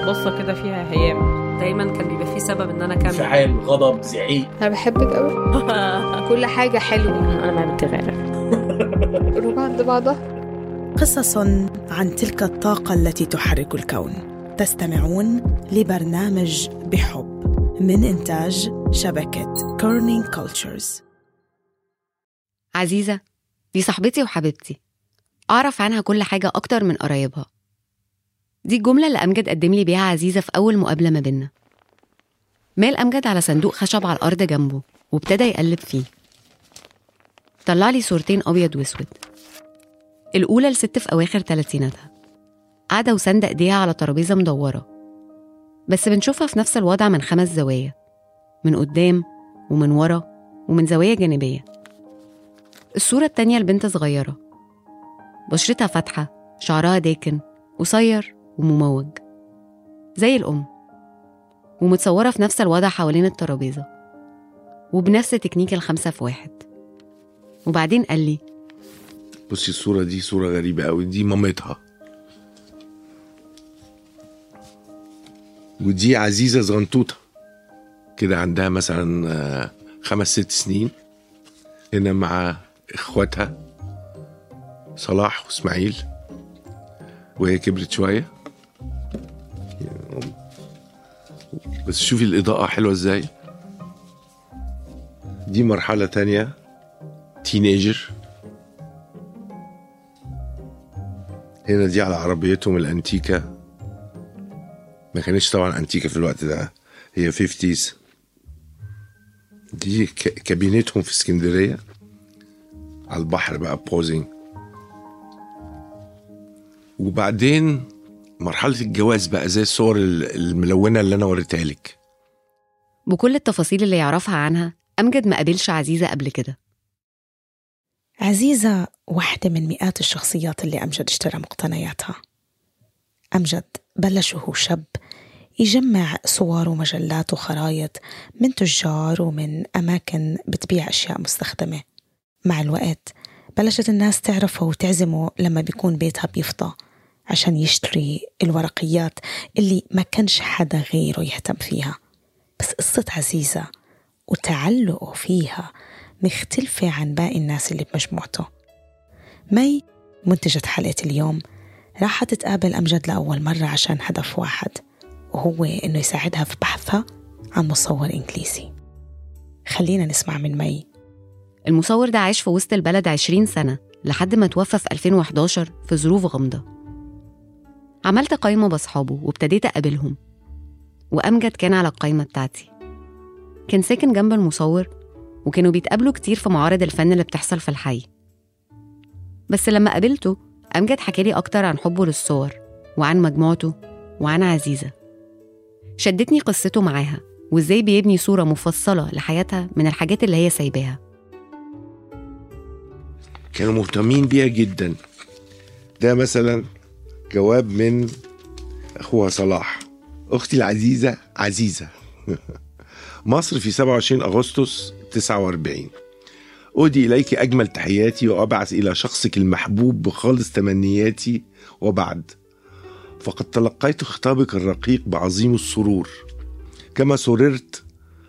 بصة كده فيها هيام. دايما كان بيبقى فيه سبب ان انا اكمل. انفعال، غضب، زعيق. انا بحبك قوي. كل حاجه حلوه. انا ما بتغير. روح عند بعضها. قصص عن تلك الطاقة التي تحرك الكون. تستمعون لبرنامج بحب من إنتاج شبكة كورنينج كولتشرز. عزيزة دي صاحبتي وحبيبتي، أعرف عنها كل حاجة أكتر من قرايبها. دي الجملة اللي أمجد قدم لي بيها عزيزة في أول مقابلة ما بينا. مال أمجد على صندوق خشب على الأرض جنبه وابتدى يقلب فيه. طلع لي صورتين أبيض واسود. الأولى لست في أواخر تلاتيناتها، قاعدة وساندة إيديها على ترابيزة مدورة، بس بنشوفها في نفس الوضع من 5 زوايا، من قدام ومن ورا ومن زاوية جانبية. الصورة التانية لبنت صغيرة، بشرتها فاتحة، شعرها داكن، قصير ومموج زي الأم، ومتصورة في نفس الوضع حوالين الترابيزة وبنفس تكنيك 5 في 1. وبعدين قال لي بصي الصورة دي صورة غريبة قوي، دي مامتها، ودي عزيزة صغنطوطة كده عندها مثلا 5-6 سنين، هنا مع اخواتها صلاح واسماعيل، وهي كبرت شوية بس شوفي الإضاءة حلوة ازاي. دي مرحلة تانية، تينيجر. هنا دي على عربيتهم الأنتيكة، ما كانش طبعا أنتيكة في الوقت ده، هي 50s. دي كابينتهم في اسكندرية على البحر بقى بوزينج. وبعدين مرحلة الجواز بقى زي الصور الملونة اللي أنا وريتها لك بكل التفاصيل اللي يعرفها عنها. أمجد ما قابلش عزيزة قبل كده. عزيزة واحدة من مئات الشخصيات اللي أمجد اشترى مقتنياتها. أمجد بلش وهو شاب يجمع صور ومجلات وخرايط من تجار ومن أماكن بتبيع أشياء مستخدمة. مع الوقت بلشت الناس تعرفه وتعزمه لما بيكون بيتها بيفضى عشان يشتري الورقيات اللي ما كانش حدا غيره يهتم فيها. بس قصة عزيزة وتعلقه فيها مختلفة عن باقي الناس اللي بمجموعته. مي منتجة حلقة اليوم راحت تقابل أمجد لأول مرة عشان هدف واحد، وهو إنه يساعدها في بحثها عن مصور إنجليزي. خلينا نسمع من مي. المصور ده عايش في وسط البلد 20 سنة لحد ما توفى في 2011 في ظروف غامضة. عملت قائمة بأصحابه وابتديت أقابلهم، وأمجد كان على القائمة بتاعتي. كان ساكن جنب المصور، وكانوا بيتقابلوا كتير في معارض الفن اللي بتحصل في الحي. بس لما قابلته أمجد حكالي أكتر عن حبه للصور وعن مجموعته وعن عزيزة. شدتني قصته معاها وإزاي بيبني صورة مفصلة لحياتها من الحاجات اللي هي سايباها. كانوا مهتمين بيها جدا. ده مثلا جواب من أخوها صلاح: أختي العزيزة عزيزة مصر في 27 أغسطس 49. أهدي إليك أجمل تحياتي وأبعث إلى شخصك المحبوب بخالص تمنياتي. وبعد فقد تلقيت خطابك الرقيق بعظيم السرور، كما سررت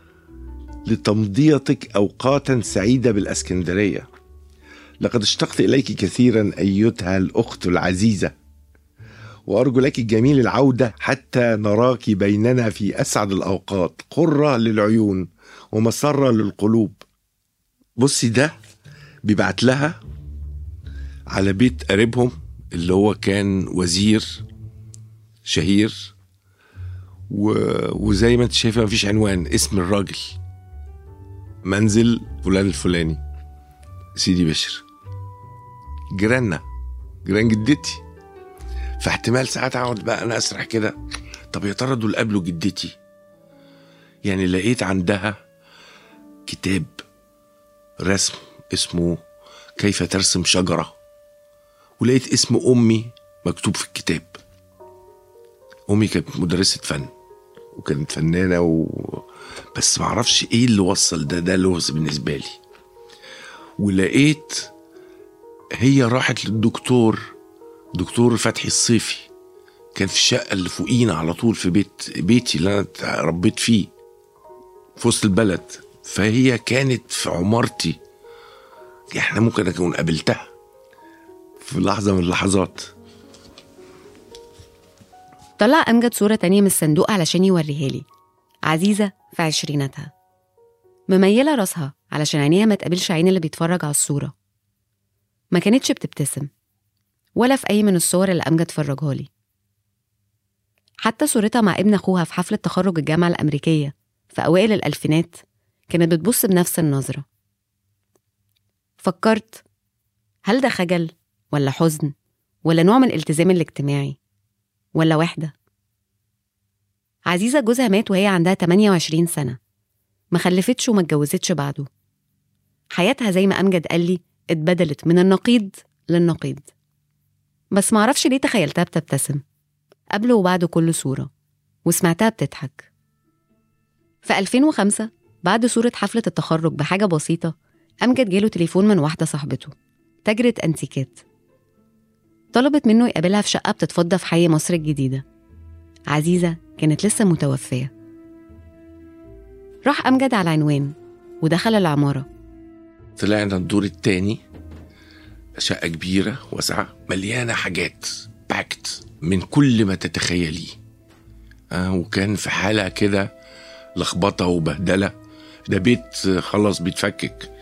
لتمضيتك أوقاتا سعيدة بالأسكندرية. لقد اشتقت إليك كثيرا أيتها الأخت العزيزة، وأرجو لك الجميل العودة حتى نراك بيننا في أسعد الأوقات، قرة للعيون ومسرة للقلوب. بصي ده بيبعت لها على بيت قريبهم اللي هو كان وزير شهير، وزي ما انت شايفة مفيش عنوان، اسم الراجل منزل فلان الفلاني سيدي بشر، جيران جدتي. فاحتمال ساعات اقعد بقى انا اسرح كده، طب يا ترى دول قابلوا جدتي؟ يعني لقيت عندها كتاب رسم اسمه كيف ترسم شجرة، ولقيت اسم أمي مكتوب في الكتاب. أمي كانت مدرسة فن وكانت فنانة بس معرفش ايه اللي وصل ده لغز بالنسبة لي. ولقيت هي راحت للدكتور فتحي الصيفي، كان في الشقة اللي فوقينا على طول في بيتي اللي أنا ربيت فيه في وسط البلد. فهي كانت في عمارتي، احنا ممكن أكون قابلتها في لحظة من اللحظات. طلع أمجد صورة تانية من الصندوق علشان يوريها لي. عزيزة في عشريناتها، مميلة راسها علشان عينيها ما تقابلش عين اللي بيتفرج على الصورة. ما كانتش بتبتسم ولا في أي من الصور اللي أمجد فرجها لي. حتى صورتها مع ابن أخوها في حفلة تخرج الجامعة الأمريكية في أوائل الألفينات كانت بتبص بنفس النظرة. فكرت، هل ده خجل ولا حزن ولا نوع من الالتزام الاجتماعي ولا وحدة؟ عزيزة جوزها مات وهي عندها 28 سنة، ما خلفتش وما اتجوزتش بعده. حياتها زي ما أمجد قال لي اتبدلت من النقيض للنقيض. بس معرفش ليه تخيلتها بتبتسم قبل وبعد كل صورة، وسمعتها بتضحك. في 2005 بعد صورة حفلة التخرج بحاجة بسيطة، أمجد جاله تليفون من واحدة صاحبته تاجرة أنتيكات، طلبت منه يقابلها في شقة بتتفضى في حي مصر الجديدة. عزيزة كانت لسه متوفية. راح أمجد على العنوان ودخل العمارة. طلعنا الدور التاني، شقة كبيرة واسعة مليانة حاجات باكت من كل ما تتخيلي. وكان في حالة كده لخبطة وبهدلة، ده بيت خلاص بيتفكك.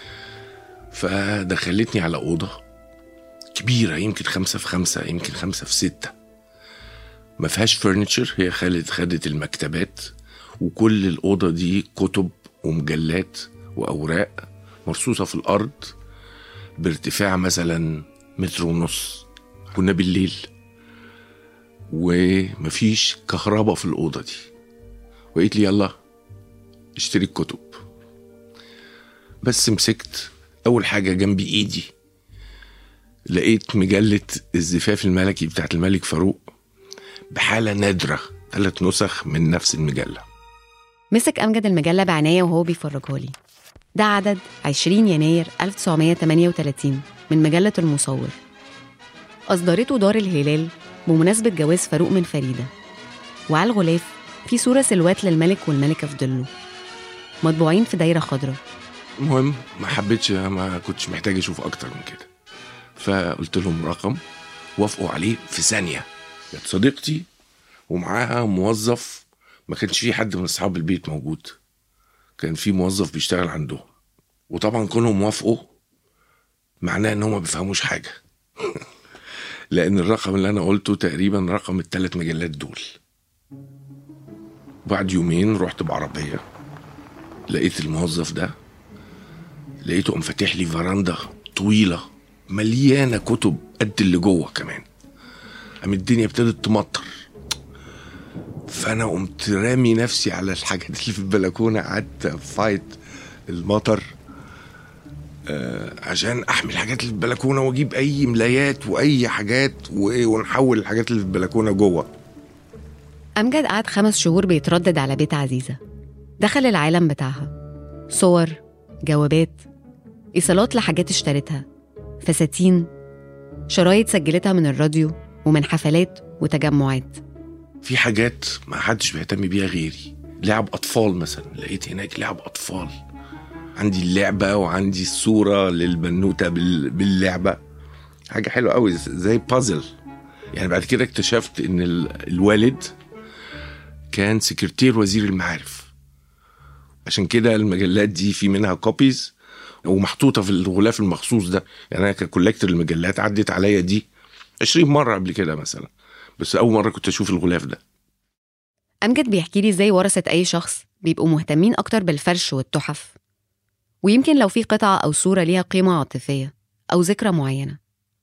فدخلتني على أوضة كبيرة، يمكن 5 في 5، يمكن 5 في 6، ما فيهاش فرنيتشر. هي خدت المكتبات، وكل الأوضة دي كتب ومجلات وأوراق مرصوصة في الأرض بارتفاع مثلا 1.5 متر. كنا بالليل ومفيش كهرباء في الأوضة دي، وقلت لي يلا اشتري الكتب. بس مسكت أول حاجة جنبي إيدي، لقيت مجلة الزفاف الملكي بتاعت الملك فاروق بحالة نادرة، 3 نسخ من نفس المجلة. مسك أمجد المجلة بعناية وهو بيفرجها لي. ده عدد 20 يناير 1938 من مجلة المصور، أصدرته دار الهلال بمناسبة جواز فاروق من فريدة. وعلى الغلاف في صورة سلوات للملك والملكة في ظله، مطبوعين في دايرة خضراء. المهم ما كنتش محتاج أشوف أكتر من كده، فقلت لهم رقم وافقوا عليه في ثانية. كانت صديقتي ومعاها موظف، ما كانش في حد من أصحاب البيت موجود، كان في موظف بيشتغل عندهم. وطبعا كلهم موافقوا، معناه ان هم ما بيفهموش حاجة لأن الرقم اللي أنا قلته تقريبا رقم ال3 مجلات دول. بعد يومين رحت بعربية، لقيت الموظف ده، لقيته قام فاتح لي فراندا طويلة مليانة كتب قد اللي جوه كمان. قام الدنيا ابتدت تمطر، فأنا قمت رامي نفسي على الحاجات اللي في البلكونة، قعدت فايت المطر عشان أحمي الحاجات اللي في البلكونة وأجيب أي ملايات وأي حاجات ونحول الحاجات اللي في البلكونة جوه. أمجد قعد 5 شهور بيتردد على بيت عزيزة، دخل العالم بتاعها، صور، جوابات، إيصالات لحاجات اشترتها، فساتين، شرايط سجلتها من الراديو ومن حفلات وتجمعات. في حاجات ما حدش بيهتم بيها غيري، لعب أطفال مثلا، لقيت هناك لعب أطفال، عندي اللعبة وعندي الصورة للبنوتة باللعبة، حاجة حلوة قوي زي بازل. يعني بعد كده اكتشفت ان الوالد كان سكرتير وزير المعارف، عشان كده المجلات دي في منها كوبيز ومحطوطة في الغلاف المخصوص ده. يعني أنا ككولكتر المجلات عدت عليا دي 20 مرة قبل كده مثلا، بس أول مرة كنت أشوف الغلاف ده. أمجد بيحكي لي إزاي ورثة أي شخص بيبقوا مهتمين أكتر بالفرش والتحف، ويمكن لو في قطعة أو صورة ليها قيمة عاطفية أو ذكرى معينة.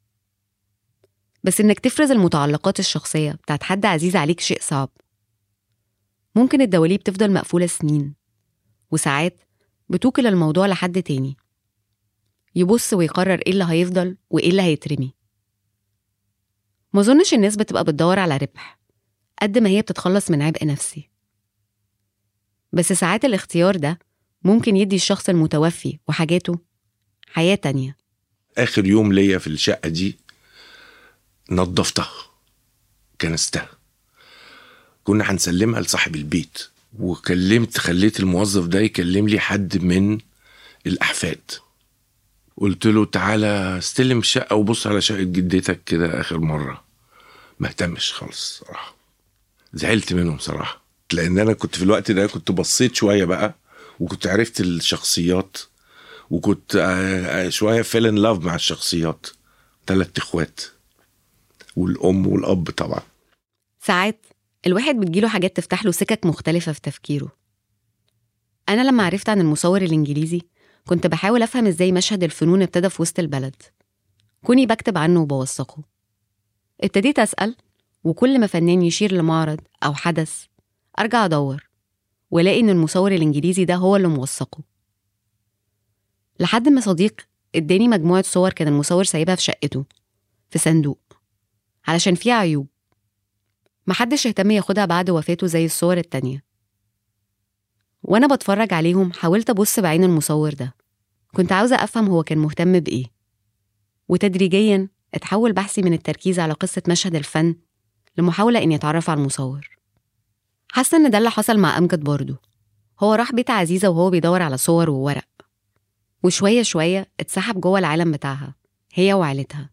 بس إنك تفرز المتعلقات الشخصية بتاعت حد عزيز عليك شيء صعب. ممكن الدواليب تفضل مقفولة سنين، وساعات بتوكل الموضوع لحد تاني يبص ويقرر إيه اللي هيفضل وإيه اللي هيترمي. ما ظنش الناس بتبقى بتدور على ربح قد ما هي بتتخلص من عبء نفسي. بس ساعات الاختيار ده ممكن يدي الشخص المتوفي وحاجاته حياة تانية. آخر يوم ليا في الشقة دي نظفتها، كنستها. كنا هنسلمها لصاحب البيت، خليت الموظف ده يكلم لي حد من الأحفاد. قلت له تعالى استلم الشقة وبص على شقة جدتك كده آخر مرة. ما اهتمش خالص صراحة. زعلت منهم صراحة، لأن أنا كنت في الوقت ده كنت بصيت شوية بقى، وكنت عرفت الشخصيات، وكنت شوية فيل ان لاف مع الشخصيات. 3 اخوات والأم والأب طبعا. ساعات الواحد بتجيله حاجات تفتح له سكك مختلفة في تفكيره. أنا لما عرفت عن المصور الإنجليزي كنت بحاول أفهم إزاي مشهد الفنون ابتدى في وسط البلد. كوني بكتب عنه وبوثقه، ابتديت أسأل، وكل ما فنان يشير لمعرض أو حدث أرجع أدور ولاقي إن المصور الإنجليزي ده هو اللي موثقه. لحد ما صديق اداني مجموعة صور كان المصور سايبها في شقته في صندوق علشان فيها عيوب، محدش اهتم ياخدها بعد وفاته زي الصور التانية. وأنا بتفرج عليهم حاولت أبص بعين المصور ده، كنت عاوزة أفهم هو كان مهتم بإيه. وتدريجياً اتحول بحثي من التركيز على قصة مشهد الفن لمحاولة إني أتعرف على المصور. حاسة إن ده اللي حصل مع أمجد برضو. هو راح بيت عزيزة وهو بيدور على صور وورق، وشوية شوية اتسحب جوه العالم بتاعها هي وعائلتها.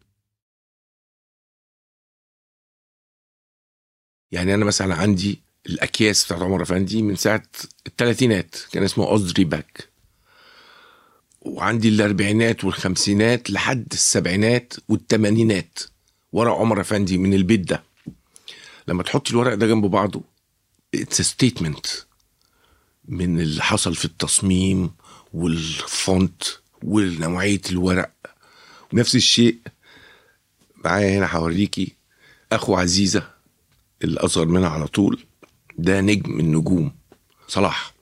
يعني أنا مثلا عندي الأكياس بتاعت عمر أفندي من ساعة الثلاثينات، كان اسمه أوزري باك، وعندي الأربعينات والخمسينات لحد السبعينات والثمانينات ورق عمر أفندي من البيت ده. لما تحط الورق ده جنب بعضه it's a statement من اللي حصل في التصميم والفونت ونوعية الورق. ونفس الشيء معايا هنا هوريكي أخو عزيزة الأصغر منها على طول، ده نجم النجوم صلاح.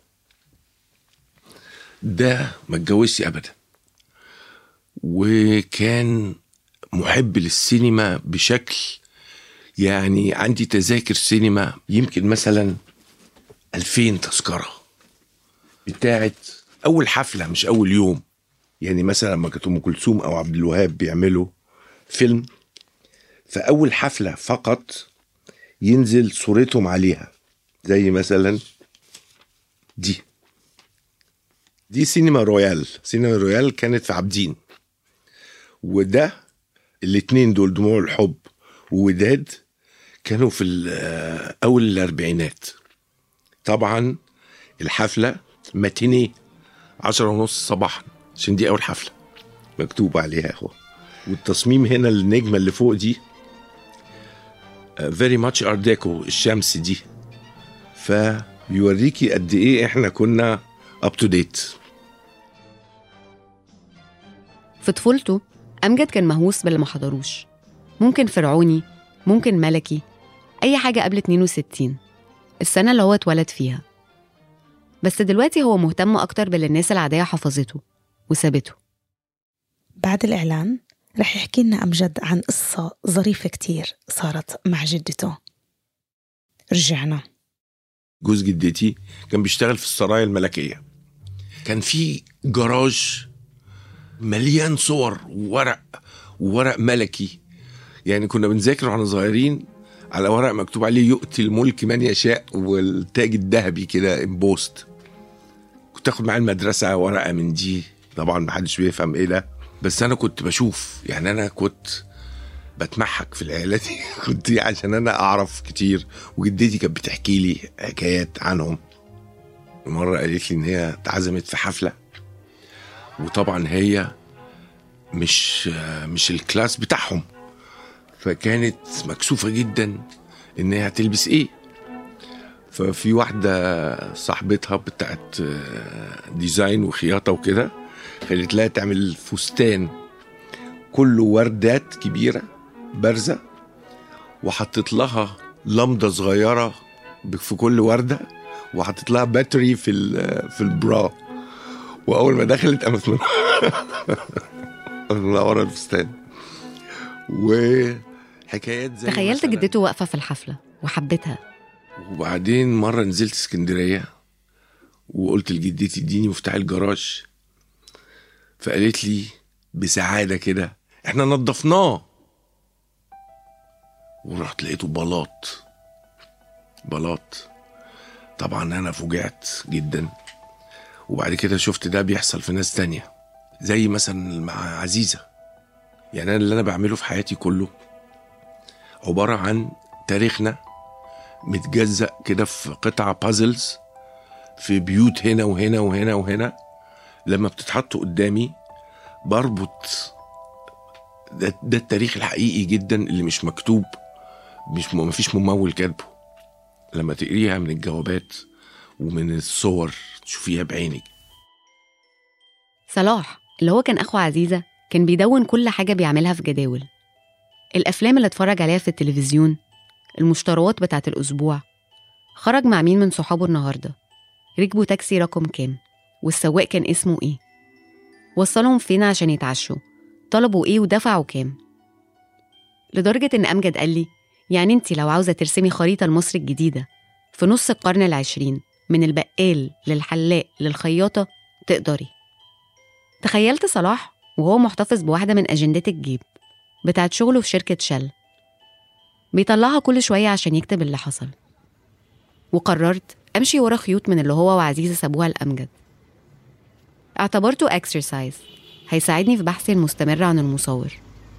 ده ما اتجوزش أبدا، وكان محب للسينما بشكل، يعني عندي تذاكر سينما يمكن مثلا 2000 تذكرة بتاعت أول حفلة مش أول يوم. يعني مثلا لما كانت أم كلثوم أو عبد الوهاب بيعملوا فيلم، فأول حفلة فقط ينزل صورتهم عليها، زي مثلا دي سينما رويال. سينما رويال كانت في عابدين، وده الاتنين دول دموع الحب ووداد كانوا في أول الأربعينات. طبعا الحفلة ماتيني 10:30 صباحا عشان دي أول حفلة مكتوب عليها هو. والتصميم هنا النجمة اللي فوق دي very much art deco، الشمس دي، فيوريكي قد ايه احنا كنا up to date. في طفولته أمجد كان مهووس باللي ما حضروش، ممكن فرعوني، ممكن ملكي، أي حاجة قبل 62 السنة اللي هو اتولد فيها. بس دلوقتي هو مهتم أكتر باللي الناس العادية حفظته وسابته. بعد الإعلان رح يحكي لنا أمجد عن قصة ظريفة كتير صارت مع جدته. رجعنا. جوز جدتي كان بيشتغل في السرايا الملكية، كان في جراج مليان صور وورق ملكي. يعني كنا بنذاكر واحنا صغيرين على ورق مكتوب عليه يؤتي الملك من يشاء، والتاج الذهبي كده امبوست. كنت اخد معايا المدرسة ورقة من دي، طبعا محدش بيفهم ايه ده، بس انا كنت بشوف. يعني انا كنت بتمحك في العيلة دي كنت عشان انا اعرف كتير، وجدتي كانت بتحكي لي حكايات عنهم. مرة قالت لي ان هي اتعزمت في حفلة، وطبعا هي مش الكلاس بتاعهم، فكانت مكسوفة جدا ان هي هتلبس ايه. ففي واحدة صاحبتها بتاعت ديزاين وخياطة وكده خلت لها تعمل فستان كله وردات كبيرة بارزة، وحطت لها لمضة صغيرة في كل وردة، وحطت لها باتري في البرا. وأول ما دخلت قامت من ورا الفستان. وحكايات زي تخيلت جدته واقفة في الحفلة وحبتها. وبعدين مرة نزلت اسكندرية وقلت لجدتي اديني مفتاح الجراج، فقالت لي بسعادة كده احنا نظفناه. ورحت لقيته بلاط. طبعا انا فوجعت جدا. وبعد كده شفت ده بيحصل في ناس تانية، زي مثلا مع عزيزة. يعني أنا اللي أنا بعمله في حياتي كله عبارة عن تاريخنا متجزأ كده في قطع بازلز في بيوت هنا وهنا وهنا وهنا. لما بتتحط قدامي بربط ده التاريخ الحقيقي جدا اللي مش مكتوب، مفيش ممول كاتبه. لما تقريها من الجوابات ومن الصور تشوفيها بعينك. صلاح اللي هو كان أخو عزيزة كان بيدون كل حاجة بيعملها في جداول، الأفلام اللي اتفرج عليها في التلفزيون، المشتريات بتاعت الأسبوع، خرج مع مين من صحابه النهاردة، ركبوا تاكسي رقم كام، والسواق كان اسمه إيه، وصلهم فين عشان يتعشوا، طلبوا إيه ودفعوا كام. لدرجة إن أمجد قال لي يعني أنتي لو عاوزة ترسمي خريطة لمصر الجديدة في نص القرن 20 من البقال للحلاق للخياطة تقدري. تخيلت صلاح وهو محتفظ بواحدة من أجندات الجيب بتاعت شغله في شركة شل، بيطلعها كل شوية عشان يكتب اللي حصل. وقررت أمشي ورا خيوط من اللي هو وعزيزة سابوها لأمجد. اعتبرته اكسرسايز هيساعدني في بحثي المستمر عن المصور.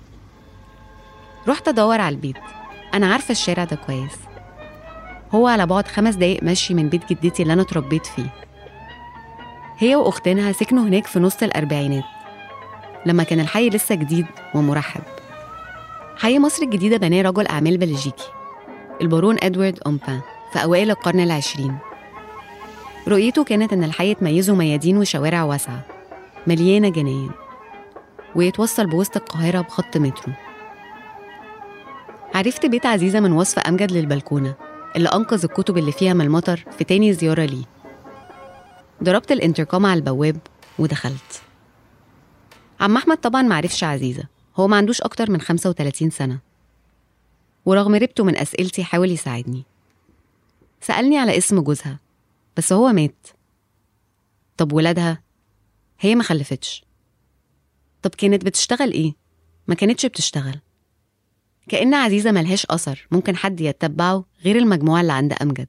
رحت أدور على البيت، أنا عارفة الشارع ده كويس، هو على بعد 5 دقايق مشي من بيت جدتي اللي أنا اتربيت فيه. هي وأختينها سكنوا هناك في نص الأربعينات لما كان الحي لسه جديد ومرحب. حي مصر الجديدة بناه رجل أعمال بلجيكي البارون إدوارد أومبان في أوائل القرن 20. رؤيته كانت إن الحي تميزه ميادين وشوارع واسعة مليانة جناين، ويتوصل بوسط القاهرة بخط مترو. عرفت بيت عزيزة من وصف أمجد للبلكونة اللي أنقذ الكتب اللي فيها من المطر في تاني زيارة ليه. ضربت الانتركام على البواب ودخلت. عم أحمد طبعاً معرفش عزيزة، هو ما عندوش أكتر من 35 سنة، ورغم ربته من أسئلتي حاول يساعدني. سألني على اسم جوزها بس هو مات. طب ولادها؟ هي ما خلفتش. طب كانت بتشتغل إيه؟ ما كانتش بتشتغل. كأن عزيزة ملهاش أثر ممكن حد يتبعه غير المجموعة اللي عند أمجد.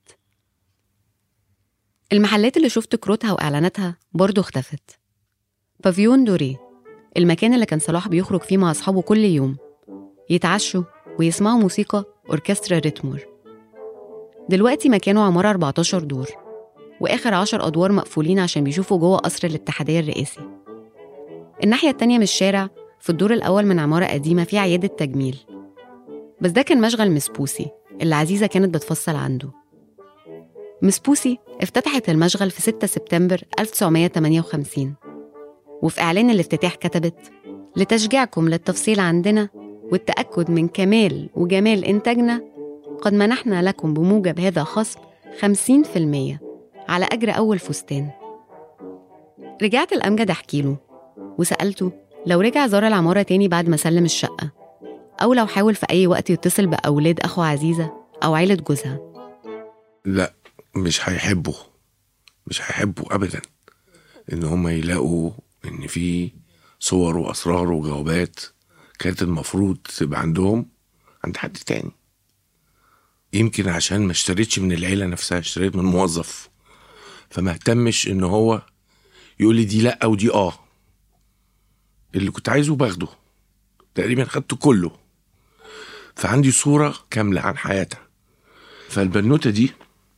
المحلات اللي شفت كروتها وإعلاناتها برضو اختفت. بافيون دوري، المكان اللي كان صلاح بيخرج فيه مع أصحابه كل يوم يتعشوا ويسمعوا موسيقى أوركسترا ريتمور، دلوقتي مكانه عمارة 14 دور، وآخر 10 أدوار مقفولين عشان بيشوفوا جوه قصر الاتحادية الرئاسي. الناحية التانية من الشارع في الدور الأول من عمارة قديمة فيه عيادة تجميل، بس ده كان مشغل مس بوسي اللي عزيزة كانت بتفصل عنده. مس بوسي افتتحت المشغل في 6 سبتمبر 1958، وفي إعلان الافتتاح كتبت: لتشجيعكم للتفصيل عندنا والتأكد من كمال وجمال إنتاجنا قد منحنا لكم بموجب هذا خصم 50% على أجر أول فستان. رجعت الأمجد أحكي له وسألته لو رجع زار العمارة تاني بعد ما سلم الشقة، أو لو حاول في أي وقت يتصل بأولاد أخو عزيزة أو عيلة جوزها. لا، مش هيحبوا أبدا إن هم يلاقوا إن في صور وأسرار وجوابات كانت المفروض تبقى عندهم عند حد تاني. يمكن عشان ما اشتريتش من العيلة نفسها، اشتريت من موظف، فما اهتمش إن هو يقول لي دي لأ ودي اللي كنت عايزه باخده، تقريبا خدته كله. فعندي صورة كاملة عن حياتها. فالبنوتة دي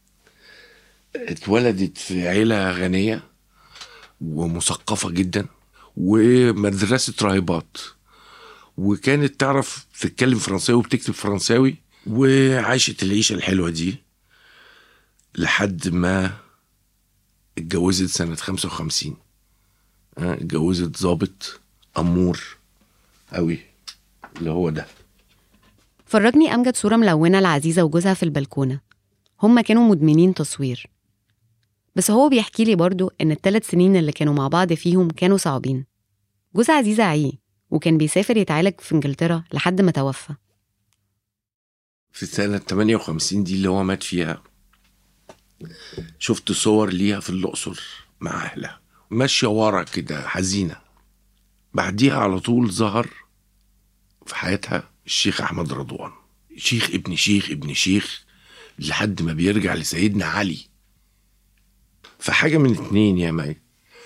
اتولدت في عيلة غنية ومثقفة جدا ومدرسة راهبات، وكانت تعرف تتكلم فرنساوي وبتكتب فرنساوي، وعاشت العيشة الحلوة دي لحد ما اتجوزت سنة 55. اتجوزت ضابط أمور قوي اللي هو ده. فرجني أمجد صورة ملونة لعزيزة وجوزها في البلكونة، هم كانوا مدمنين تصوير، بس هو بيحكي لي برضو إن ال3 سنين اللي كانوا مع بعض فيهم كانوا صعبين. جوز عزيزة عيه وكان بيسافر يتعالج في إنجلترا لحد ما توفى. في سنة 58 دي اللي هو مات فيها، شفت صور ليها في الأقصر مع أهلها ماشية ورا كده حزينة. بعديها على طول ظهر في حياتها الشيخ أحمد رضوان شيخ ابن شيخ ابن شيخ لحد ما بيرجع لسيدنا علي. فحاجة من اتنين يا ماي،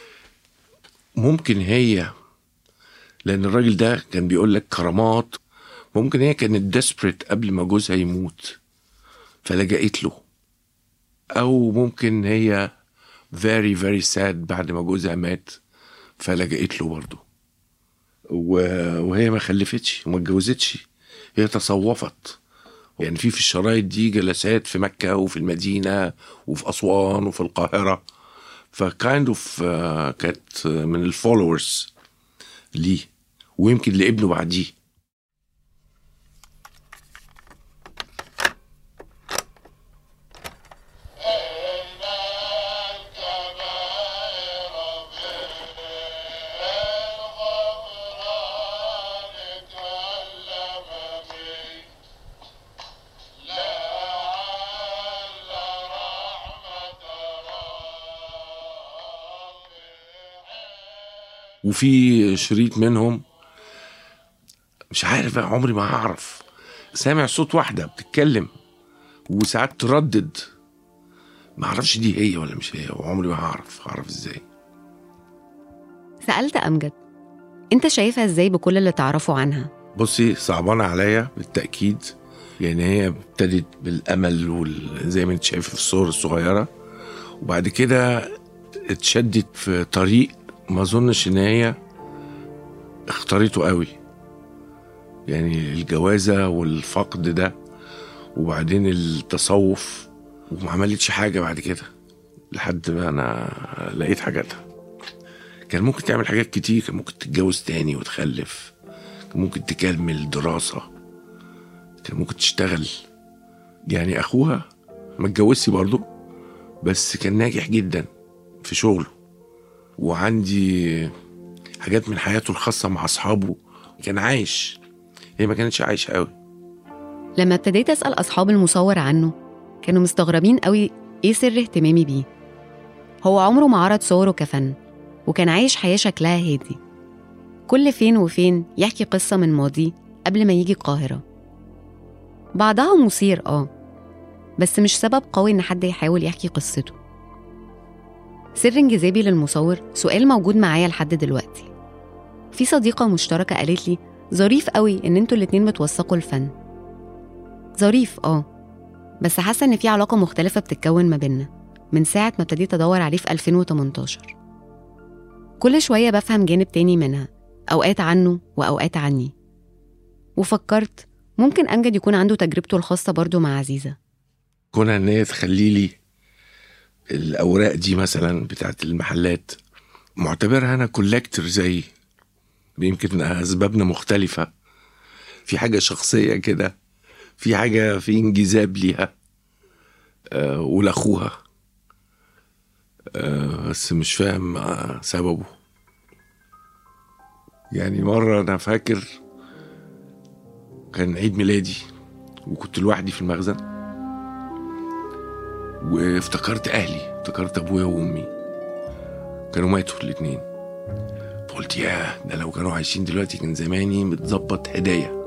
ممكن هي لأن الراجل ده كان بيقول لك كرامات، ممكن هي كانت ديسبريت قبل ما جوزها يموت فلجأت له، أو ممكن هي very very sad بعد ما جوزها مات فلجأت له برضه، وهي ما خلفتش وما اتجوزتش، هي تصوفت. يعني في الشرايط دي جلسات في مكة وفي المدينة وفي أسوان وفي القاهرة، فكايند اوف كانت من الفولورز ليه، ويمكن لابنه بعديه. وفي شريط منهم مش عارف، عمري ما هعرف، سامع صوت واحدة بتتكلم وساعات تردد، ما اعرفش دي هي ولا مش هي، وعمري ما هعرف ازاي. سألت أمجد أنت شايفها ازاي بكل اللي تعرفه عنها؟ بصي، صعبانة عليا بالتأكيد، يعني هي ابتدت بالأمل زي ما انت شايف في الصور الصغيرة، وبعد كده اتشدت في طريق ما اظنش ان هي اختارته قوي، يعني الجوازة والفقد ده وبعدين التصوف، وما عملتش حاجة بعد كده لحد ما انا لقيت حاجاتها. كان ممكن تعمل حاجات كتير، كان ممكن تتجوز تاني وتخلف، كان ممكن تكمل دراسة، كان ممكن تشتغل. يعني اخوها ما اتجوزش برضه، بس كان ناجح جدا في شغله، وعندي حاجات من حياته الخاصة مع أصحابه كان عايش، هي ما كانتش عايشة قوي. لما ابتديت أسأل أصحاب المصور عنه كانوا مستغربين قوي إيه سر اهتمامي بيه. هو عمره ما عرض صوره كفن، وكان عايش حياة شكلها هادي، كل فين وفين يحكي قصة من ماضيه قبل ما يجي القاهرة. بعضها مثير بس مش سبب قوي إن حد يحاول يحكي قصته. سر انجذابي للمصور سؤال موجود معايا لحد دلوقتي. في صديقة مشتركة قالت لي ظريف قوي إن انتوا الاتنين بتوثقوا الفن. ظريف بس حاسة إن في علاقة مختلفة بتتكون ما بيننا من ساعة ما ابتديت أدور عليه في 2018. كل شوية بفهم جانب تاني منها، أوقات عنه وأوقات عني. وفكرت ممكن أمجد يكون عنده تجربته الخاصة برضو مع عزيزة، كونها إن هي تخلي لي الأوراق دي مثلا بتاعت المحلات، معتبرها أنا كولكتر زي، يمكن أسبابنا مختلفة، في حاجة شخصية كده، في حاجة في انجذاب ليها ولأخوها، بس مش فاهم سببه. يعني مرة أنا فاكر كان عيد ميلادي وكنت لوحدي في المخزن، وافتكرت أهلي، افتكرت أبويا وأمي كانوا ماتوا الاتنين، فقلت ده لو كانوا عايشين دلوقتي كان زماني متظبط هدايا.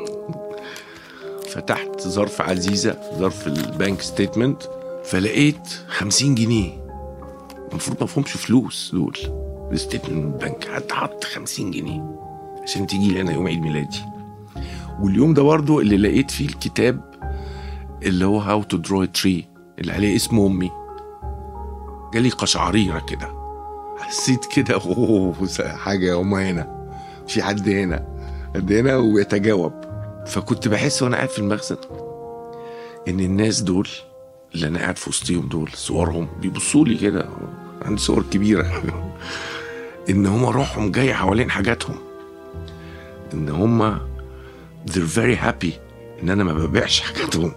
فتحت ظرف عزيزة، ظرف البانك ستيتمنت، فلقيت 50 جنيه المفروض ما فهمش فلوس دول، الستيتمنت من البنك، حد حط 50 جنيه عشان تيجي لي أنا يوم عيد ميلادي. واليوم ده برضو اللي لقيت فيه الكتاب اللي هو How to Draw a Tree اللي عليه اسم أمي. جالي قشعريرة كده، حسيت كده حاجة هما هنا، في حد هنا ويتجاوب. فكنت بحس وانا قاعد في المخزن ان الناس دول اللي انا قاعد في وسطهم دول صورهم بيبصوا لي كده، عندي صور كبيرة ان هما روحهم جاي حوالين حاجاتهم، ان هما they're very happy ان انا ما ببيعش حاجاتهم.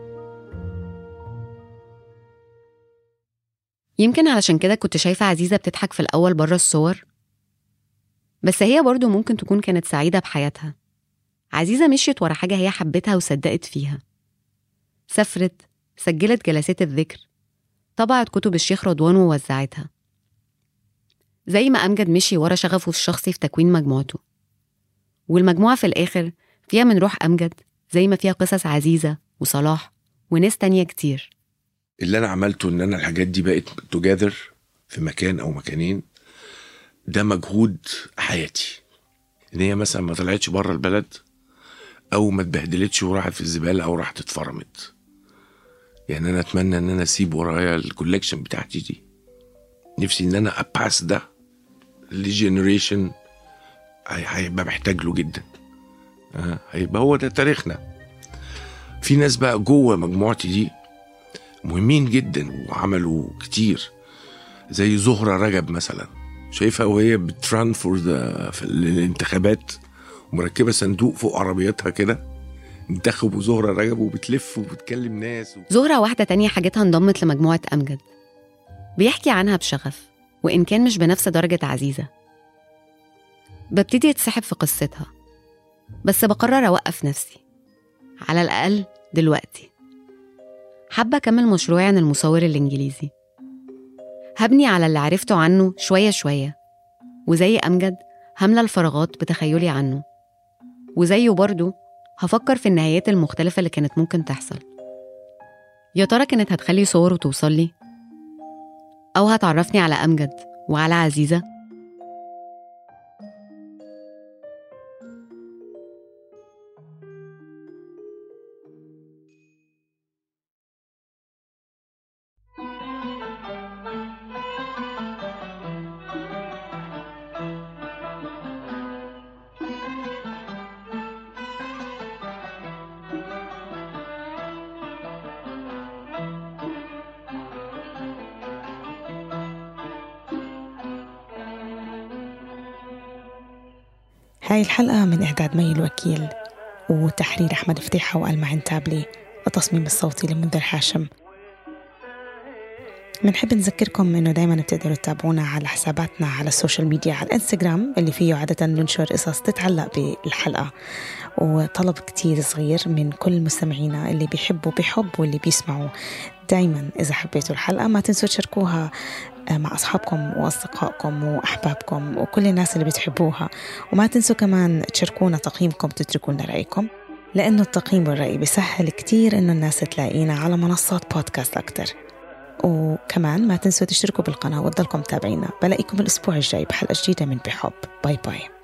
يمكن علشان كده كنت شايفة عزيزة بتضحك في الأول بره الصور، بس هي برضو ممكن تكون كانت سعيدة بحياتها. عزيزة مشيت ورا حاجة هي حبتها وصدقت فيها، سافرت، سجلت جلسات الذكر، طبعت كتب الشيخ رضوان ووزعتها، زي ما أمجد مشي ورا شغفه الشخصي في تكوين مجموعته. والمجموعة في الآخر فيها من روح أمجد، زي ما فيها قصص عزيزة وصلاح وناس تانية كتير. اللي أنا عملته إن أنا الحاجات دي بقت توجذر في مكان أو مكانين، ده مجهود حياتي. إن هي مثلا ما طلعتش بره البلد أو ما اتبهدلتش وراحت في الزبالة أو راحت اتفرمت. يعني أنا أتمنى إن أنا أسيب ورايا الكولكشن بتاعتي دي. نفسي إن أنا أباس ده لجنريشن هيبقى محتاج له جدا. هيبقى هو ده تاريخنا. في ناس بقى جوه مجموعتي دي مهمين جدا وعملوا كتير، زي زهرة رجب مثلا، شايفها وهي بتران في الانتخابات ومركبة صندوق فوق عربيتها كده، انتخبوا زهرة رجب وبتلف وبتكلم ناس زهرة واحدة تانية حاجتها انضمت لمجموعة أمجد، بيحكي عنها بشغف وإن كان مش بنفس درجة عزيزة. ببتدي أتسحب في قصتها، بس بقرر أوقف نفسي على الأقل دلوقتي. حابة أكمل مشروعي عن المصور الإنجليزي، هبني على اللي عرفته عنه شوية شوية، وزي أمجد هملى الفراغات بتخيلي عنه، وزيه برضو هفكر في النهايات المختلفة اللي كانت ممكن تحصل. يا ترى كانت هتخلي صوره توصل لي، أو هتعرفني على أمجد وعلى عزيزة؟ هاي الحلقة من إعداد مي الوكيل وتحرير أحمد فتيحة وألمعين تابلي، التصميم الصوتي لمنذر حاشم. منحب نذكركم إنه دايما بتقدروا تتابعونا على حساباتنا على السوشيال ميديا، على الانستغرام اللي فيه عادة ننشر قصص تتعلق بالحلقة. وطلب كتير صغير من كل مستمعينا اللي بيحبوا بحب واللي بيسمعوا، دايما إذا حبيتوا الحلقة ما تنسوا تشاركوها مع أصحابكم وأصدقائكم وأحبابكم وكل الناس اللي بتحبوها. وما تنسوا كمان تشاركونا تقييمكم، تتركونا رأيكم، لأنه التقييم والرأي بيسهل كتير إنه الناس تلاقينا على منصات بودكاست أكتر. وكمان ما تنسوا تشتركوا بالقناة وتضلكم تابعينا. بلاقيكم الأسبوع الجاي بحلقة جديدة من بحب. باي باي.